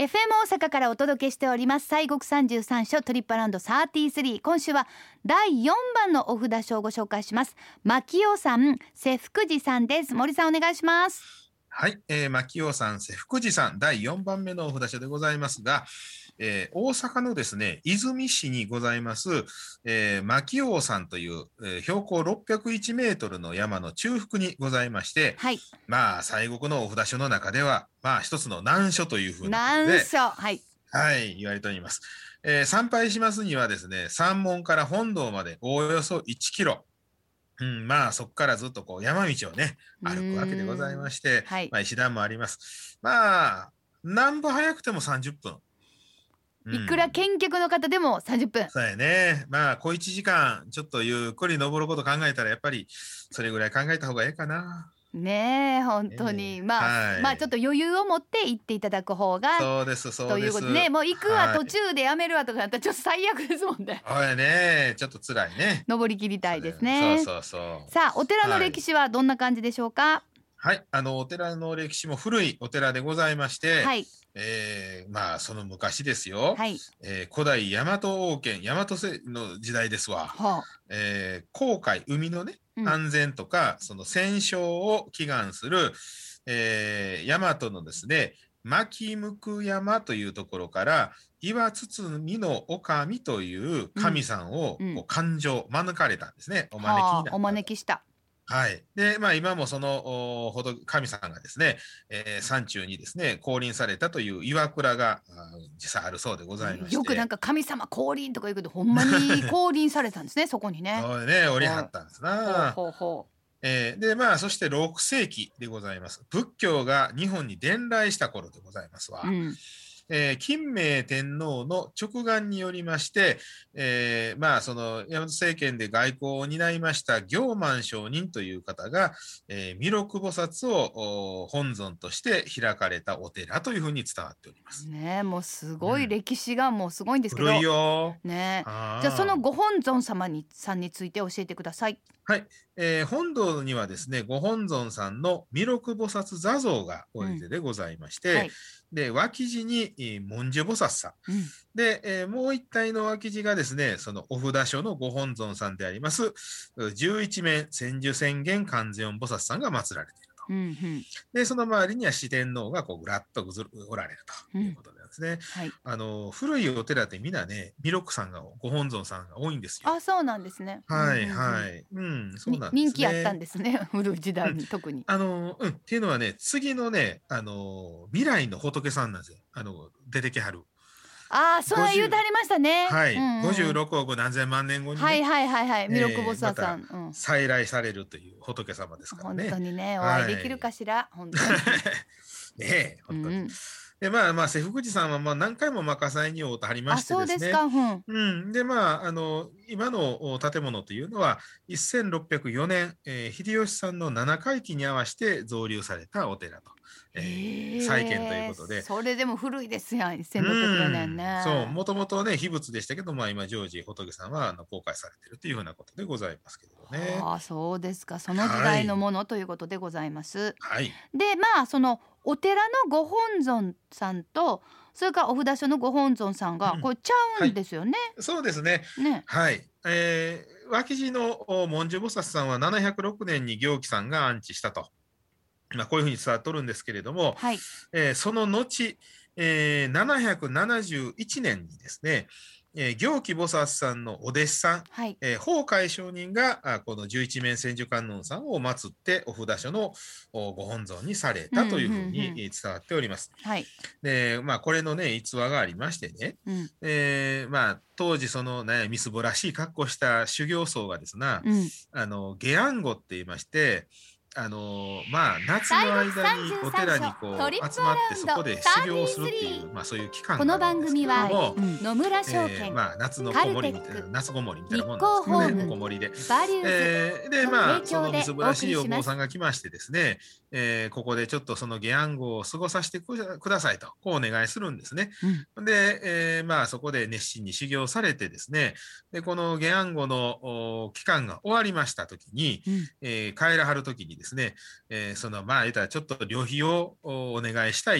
FM 大阪からお届けしております西国33所トリップアラウンド33。今週は第4番のお札書をご紹介します。牧雄さん、瀬福寺さんです。森さんお願いします。 はい、牧雄さん、瀬福寺さん、第4番目のお札書でございますが、大阪のですね、和泉市にございます、牧雄山という、標高601メートルの山の中腹にございまして、 はい、 まあ、西国のお札書の中では、まあ、一つの難所というふうなことで、 難所、はい、 はい、言われております。参拝しますにはですね、山門から本堂までおおよそ1キロ。まあそこからずっとこう山道をね歩くわけでございまして、 はい、 まあ、石段もあります。まあ何歩早くても30分。 いくら見客の方でも30分。 そうやね。まあ小1時間ちょっとゆっくり登ること考えたらやっぱりそれぐらい考えた方がいいかな。 ねえ本当に、まあちょっと余裕を持って行っていただく方がそうですということでね、もう行くわ、途中でやめるわとかなったらちょっと最悪ですもんね。 そうやね、ちょっと辛いね。 登り切りたいですね。 そうさあお寺の歴史はどんな感じでしょうか。 はい、お寺の歴史も古いお寺でございまして、 はい、 まあその昔ですよ、 はい、 古代大和王権大和の時代ですわ、航海海のね、安全とかその戦勝を祈願する、大和のですね牧向山というところから岩堤の女将という神さんをこう勘定招かれたんですね、お招きになった。 お招きした。 はい。で、まあ今もその神さんがですね、山中にですね、降臨されたという岩倉が実際あるそうでございまして。 よくなんか神様降臨とか言うけど、ほんまに降臨されたんですね、そこにね。 そうね、降りはったんですな。で、まあそして6世紀でございます。仏教が日本に伝来した頃でございますわ。金明天皇の直眼によりまして、まあその大和政権で外交を担いました行満上人という方が、弥勒菩薩を本尊として開かれたお寺というふうに伝わっております。 ね、もうすごい歴史がもうすごいんですけど。 古いよ。 ね、じゃあそのご本尊様さんについて教えてください。 はい、本堂にはですね、ご本尊さんの弥勒菩薩座像がおいででございまして、で脇地に文殊菩薩さん、で、もう一体の脇地がですね、そのお札所のご本尊さんであります十一面千手千眼観世音菩薩さんが祀られていると。でその周りには四天王がこうぐらっとおられるということなんですね。古いお寺ってみんなね、弥勒さんがご本尊さんが多いんですよ。 あ、そうなんですね。 はいはい、そうなんですね。 人気あったんですね、古い時代に特に。 っていうのはね、次のね、未来の仏さんなんですよ。出てきはる。 ああ、そう言うてはりましたね。 はい、56億何千万年後にね、 弥勒菩薩さん、 再来されるという仏様ですからね。 本当にね、お会いできるかしら、本当に。 ね、本当に。でまあ瀬福寺さんはまあ何回も魔火災に遭うてはりましてですね。でまあ今の建物というのは1604年、秀吉さんの七回忌に合わせて造立されたお寺と。再建ということで、 それでも古いですやん、1604年ね。 そう、もともとね秘仏でしたけど、まあ今常時仏さんは公開されているというふうなことでございますけれどね。 ああ、そうですか。その時代のものということでございます。 はい。 でまあそのお寺のご本尊さんとそれからお札所のご本尊さんがこれちゃうんですよね。 そうですね。はい。脇地の文殊菩薩さんは706年に行基さんが安置したと。まあ、こういうふうに伝わっとるんですけれども、その後、771年にですね、行基菩薩さんのお弟子さん、法海上人がこの十一面千手観音さんを祀ってお札所のご本尊にされたというふうに伝わっております。でまあこれのね逸話がありましてね、まあ当時そのねみすぼらしい格好した修行僧がですな、下安語って言いまして、まあ夏の間にお寺にこう集まってそこで修行をするっていう、まあそういう期間があるんですけども、この番組は野村証券、まあ夏のこもりみたいな、夏ごもりみたいなもんなんですけどね、おこもりで、でまあそのみすぼらしいお坊さんが来ましてですね、ここでちょっとその下安語を過ごさせてくださいとこうお願いするんですね。で、まあそこで熱心に修行されてですね、でこの下安語の期間が終わりました時に、帰らはる時にですね、そのまあ言ったらちょっと旅費をお願いしたいと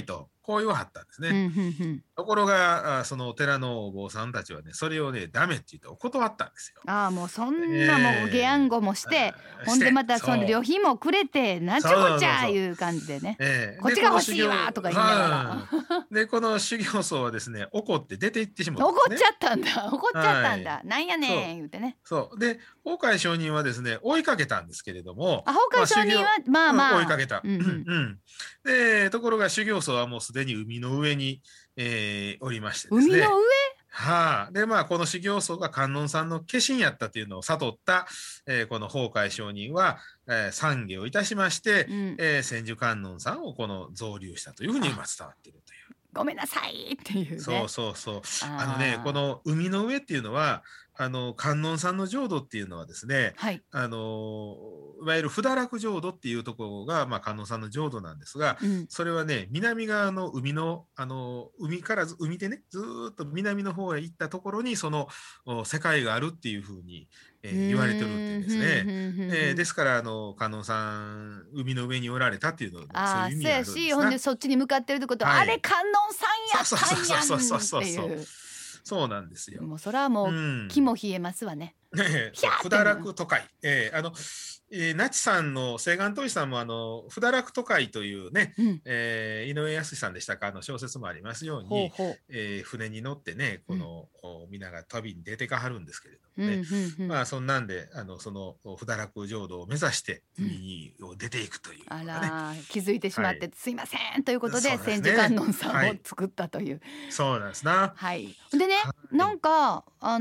こう言わはったんですね。 うんうんうん、 ところがそのお寺のお坊さんたちはねそれをねダメって言ってお断ったんですよ。 ああ、もうそんなもう下暗号もして、ほんでまたその旅費もくれてなんちゅうこっちゃいう感じでね、こっちが欲しいわとか言いながらでこの修行僧はですね怒って出て行ってしまったん怒っですね。 ちゃったんだ、怒っちゃったんだ、なんやねん言うてね。 そうで法海上人はですね追いかけたんですけれども、 あ、法海上人はまあまあ、 追いかけた。でところが修行僧はもうすでに海の上に、おりましてですね。 海の上。 でまあこの修行僧が観音さんの化身やったというのを悟った、この法海上人は、参下をいたしまして、千手観音さんをこの造立したというふうに今伝わっているという。 ごめんなさいっていうね。 そうそうそう。この海の上っていうのは観音さんの浄土っていうのはですね、 はい、 いわゆる不堕落浄土っていうところが、まあ、観音さんの浄土なんですが、それはね南側の海の海から海でねずっと南の方へ行ったところにその世界があるっていうふうに、言われてるっていうんですね。ですから観音さん海の上におられたっていうのはそういう意味があるんですな。 ほんでそっちに向かってるってことは、はい、あれ観音さんやったんやんっていう。 そうなんですよ。 もうそれはもう気も冷えますわね。 不堕落都会。那智さんの清願当時さんも不堕落都会というね、井上康さんでしたか小説もありますように、船に乗ってねこの、皆が旅に出てかはるんですけれどもね、まあそんなんでその不堕落浄土を目指して海を出ていくという、ね、 あら気づいてしまって、すいませんということで千手観音さんを作ったという。 そうなんですな。 はい。でね、なんかまあ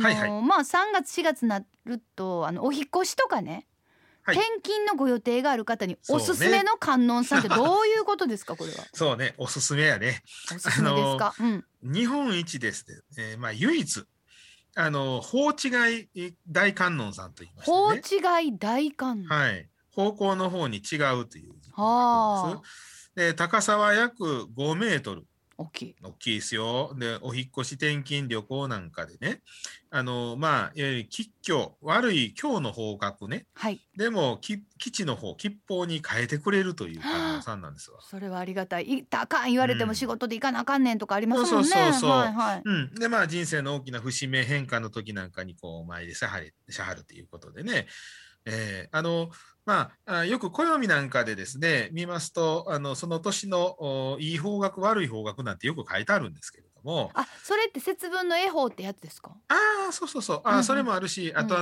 3月4月になるとお引越しとかね、転勤のご予定がある方におすすめの観音さんってどういうことですかこれは。 そうね、おすすめやね。 おすすめですか。 日本一ですね、まあ唯一法違い大観音さんと言いましてね。 法違い大観音。 はい。方向の方に違うという字なんです。で高さは約5メートル。 大きい。 大きいですよ。でお引越し転勤旅行なんかでねまあいわゆる吉凶悪い凶の方角ね、でも吉地の方吉報に変えてくれるという観音さんなんですわ。 それはありがたい。行ったあかん言われても仕事で行かなあかんねんとかありますもんね。 でまあ人生の大きな節目変化の時なんかにこうお参りしはるということでね。まあ、よく暦なんかでですね見ますとその年のいい方角悪い方角なんてよく書いてあるんですけれども、 それって節分の恵方ってやつですか。 そうそうそう、それもあるし、あと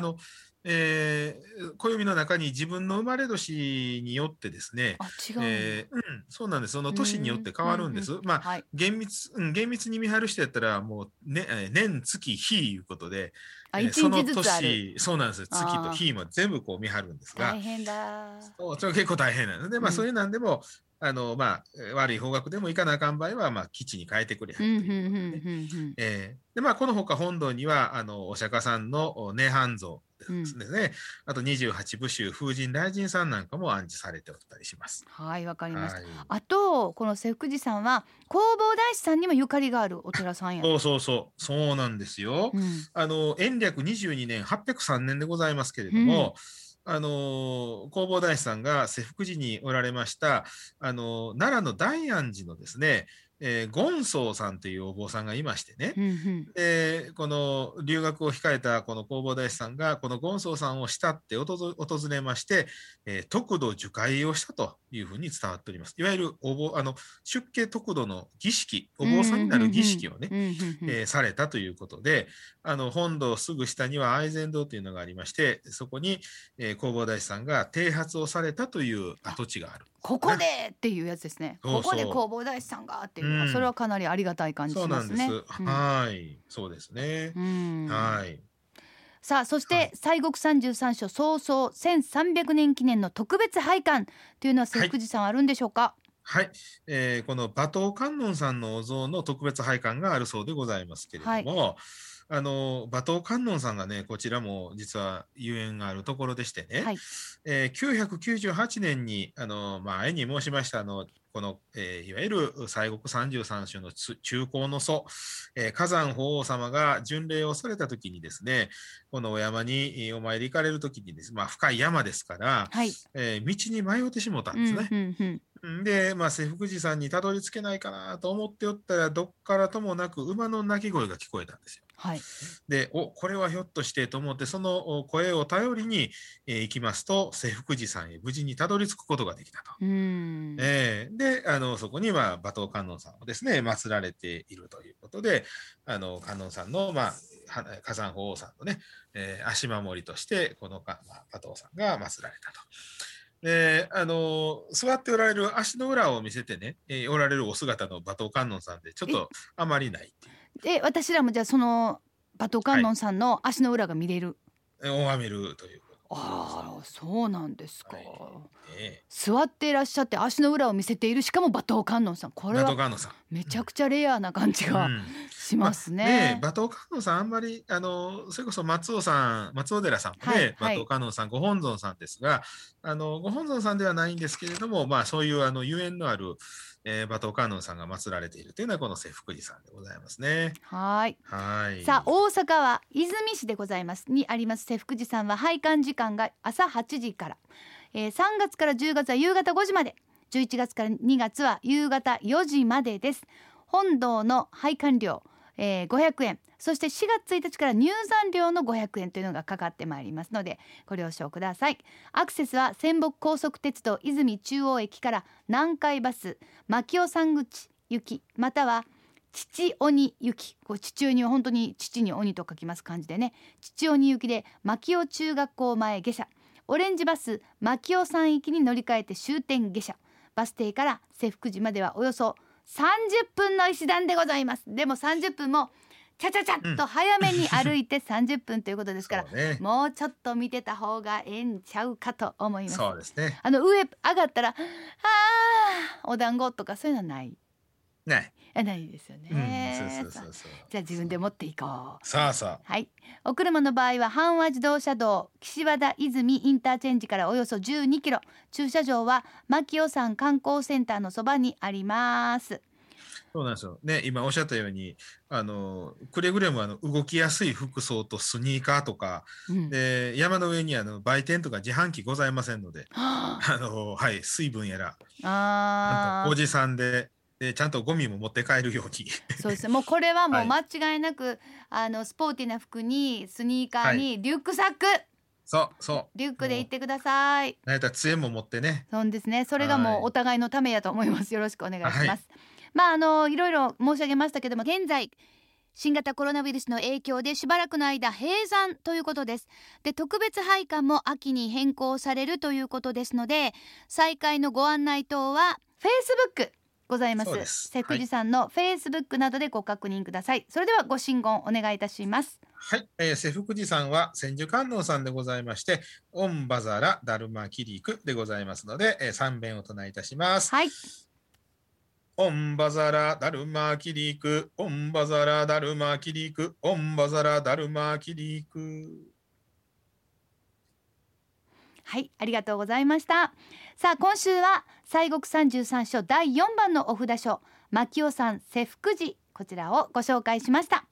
暦の中に自分の生まれ年によってですね、そうなんです。その年によって変わるんです。まあ、厳密に見張る人やったらもう、年月日いうことで、 その年、 そうなんです。月と日も全部こう見張るんですが、 大変だ。 結構大変なので、まあそういうなんでもまあ悪い方角でもいかなあかん場合はまあ基地に変えてくれはるというでまあこのほか本堂にはお釈迦さんの涅槃像ですね、あと28部衆風神雷神さんなんかも安置されておったりします。 はい、わかりました。あとこの瀬福寺さんは弘法大師さんにもゆかりがあるお寺さんや。 そうなんですよ。延暦22年803年でございますけれども、弘法大師さんが瀬福寺におられました奈良の大安寺のですね権宗さんというお坊さんがいましてね、この留学を控えたこの弘法大師さんがこの権宗さんを慕って訪れまして、得度受戒をしたというふうに伝わっております。いわゆる出家得度の儀式、お坊さんになる儀式をねされたということで、本堂すぐ下には愛染堂というのがありまして、そこに弘法大師さんが剃髪をされたという跡地がある。 ここでっていうやつですね。ここで弘法大師さんがっていう、それはかなりありがたい感じしますね。 はい、そうですね。はい。 さあそして西国33所創創1300年記念の特別拝観というのは瀬福寺さんあるんでしょうか。 はい、この馬頭観音さんのお像の特別拝観があるそうでございますけれども、馬頭観音さんがねこちらも実はゆえんがあるところでしてね、998年に前に申しましたこの、いわゆる西国33種の中興の祖、火山法皇様が巡礼をされた時にですねこのお山にお参り行かれる時にですね、深い山ですから、道に迷ってしもたんですね。 で、瀬福寺さんにたどり着けないかなと思っておったら、どっからともなく馬の鳴き声が聞こえたんですよ。 はい、 で、これはひょっとしてと思って、その声を頼りに、行きますと、瀬福寺さんへ無事にたどり着くことができたと。で、そこには馬頭観音さんをですね、祀られているということで、観音さんの、火山法王さんのね、足守りとして、この馬頭さんが祀られたと。で、座っておられる足の裏を見せてね、おられるお姿の馬頭観音さんで、ちょっとあまりないっていう。 で、私らもじゃあその馬頭観音さんの足の裏が見れる、 拝めるという。 ああ、そうなんですか。 はい座っていらっしゃって足の裏を見せている、しかも馬頭観音さん、これはめちゃくちゃレアな感じがしますね。 馬頭観音さんあんまりそれこそ松尾寺さんもね、馬頭観音さんご本尊さんですが、ご本尊さんではないんですけれども、そういうゆえんのある馬頭観音さんが祀られているというのはこの瀬福寺さんでございますね。 はい。さあ、大阪は和泉市でございますにあります瀬福寺さんは拝観時間が朝8時から、3月から10月は夕方5時まで、11月から2月は夕方4時までです。本堂の拝観料、500円、そして4月1日から入山料の500円というのがかかってまいりますのでご了承ください。アクセスは仙北高速鉄道泉中央駅から南海バス牧尾山口行き、または父鬼行き、父鬼は本当に父に鬼と書きます漢字でね、父鬼行きで牧尾中学校前下車、オレンジバス牧尾山行きに乗り換えて終点下車、バス停から瀬福寺まではおよそ30分の石段でございます。でも30分もちゃちゃちゃっと早めに歩いて30分ということですから、もうちょっと見てた方がええんちゃうかと思います。 そうですね。 上上がったらお団子とかそういうのはないないですよね。じゃあ自分で持っていこう。はい。お車の場合は阪和自動車道岸和田泉インターチェンジからおよそ12キロ、駐車場は牧尾山観光センターのそばにあります。 そうなんですよね。今おっしゃったようにくれぐれも動きやすい服装とスニーカーとか、で山の上に売店とか自販機ございませんので水分やらおじさんでちゃんとゴミも持って帰るようにそうですね。もうこれはもう間違いなく、スポーティーな服にスニーカーにリュックサック、 そうリュックで行ってください。 なんやったら杖も持ってね。 そうですね。それがもうお互いのためやと思います。よろしくお願いします。いろいろ申し上げましたけども、現在新型コロナウイルスの影響でしばらくの間閉山ということです。で、特別拝観も秋に変更されるということですので、再開のご案内等は Facebook ございます。瀬福寺さんの Facebook などでご確認ください。それではご神言お願いいたします。 はい、瀬福寺さんは千手観音さんでございまして、オンバザラダルマキリクでございますので、3遍お唱えいたします。 はい。 オンバザラダルマキリク、オンバザラダルマキリク、オンバザラダルマキリク。 はい、ありがとうございました。さあ、今週は西国33所第4番のお札書牧尾山瀬福寺、こちらをご紹介しました。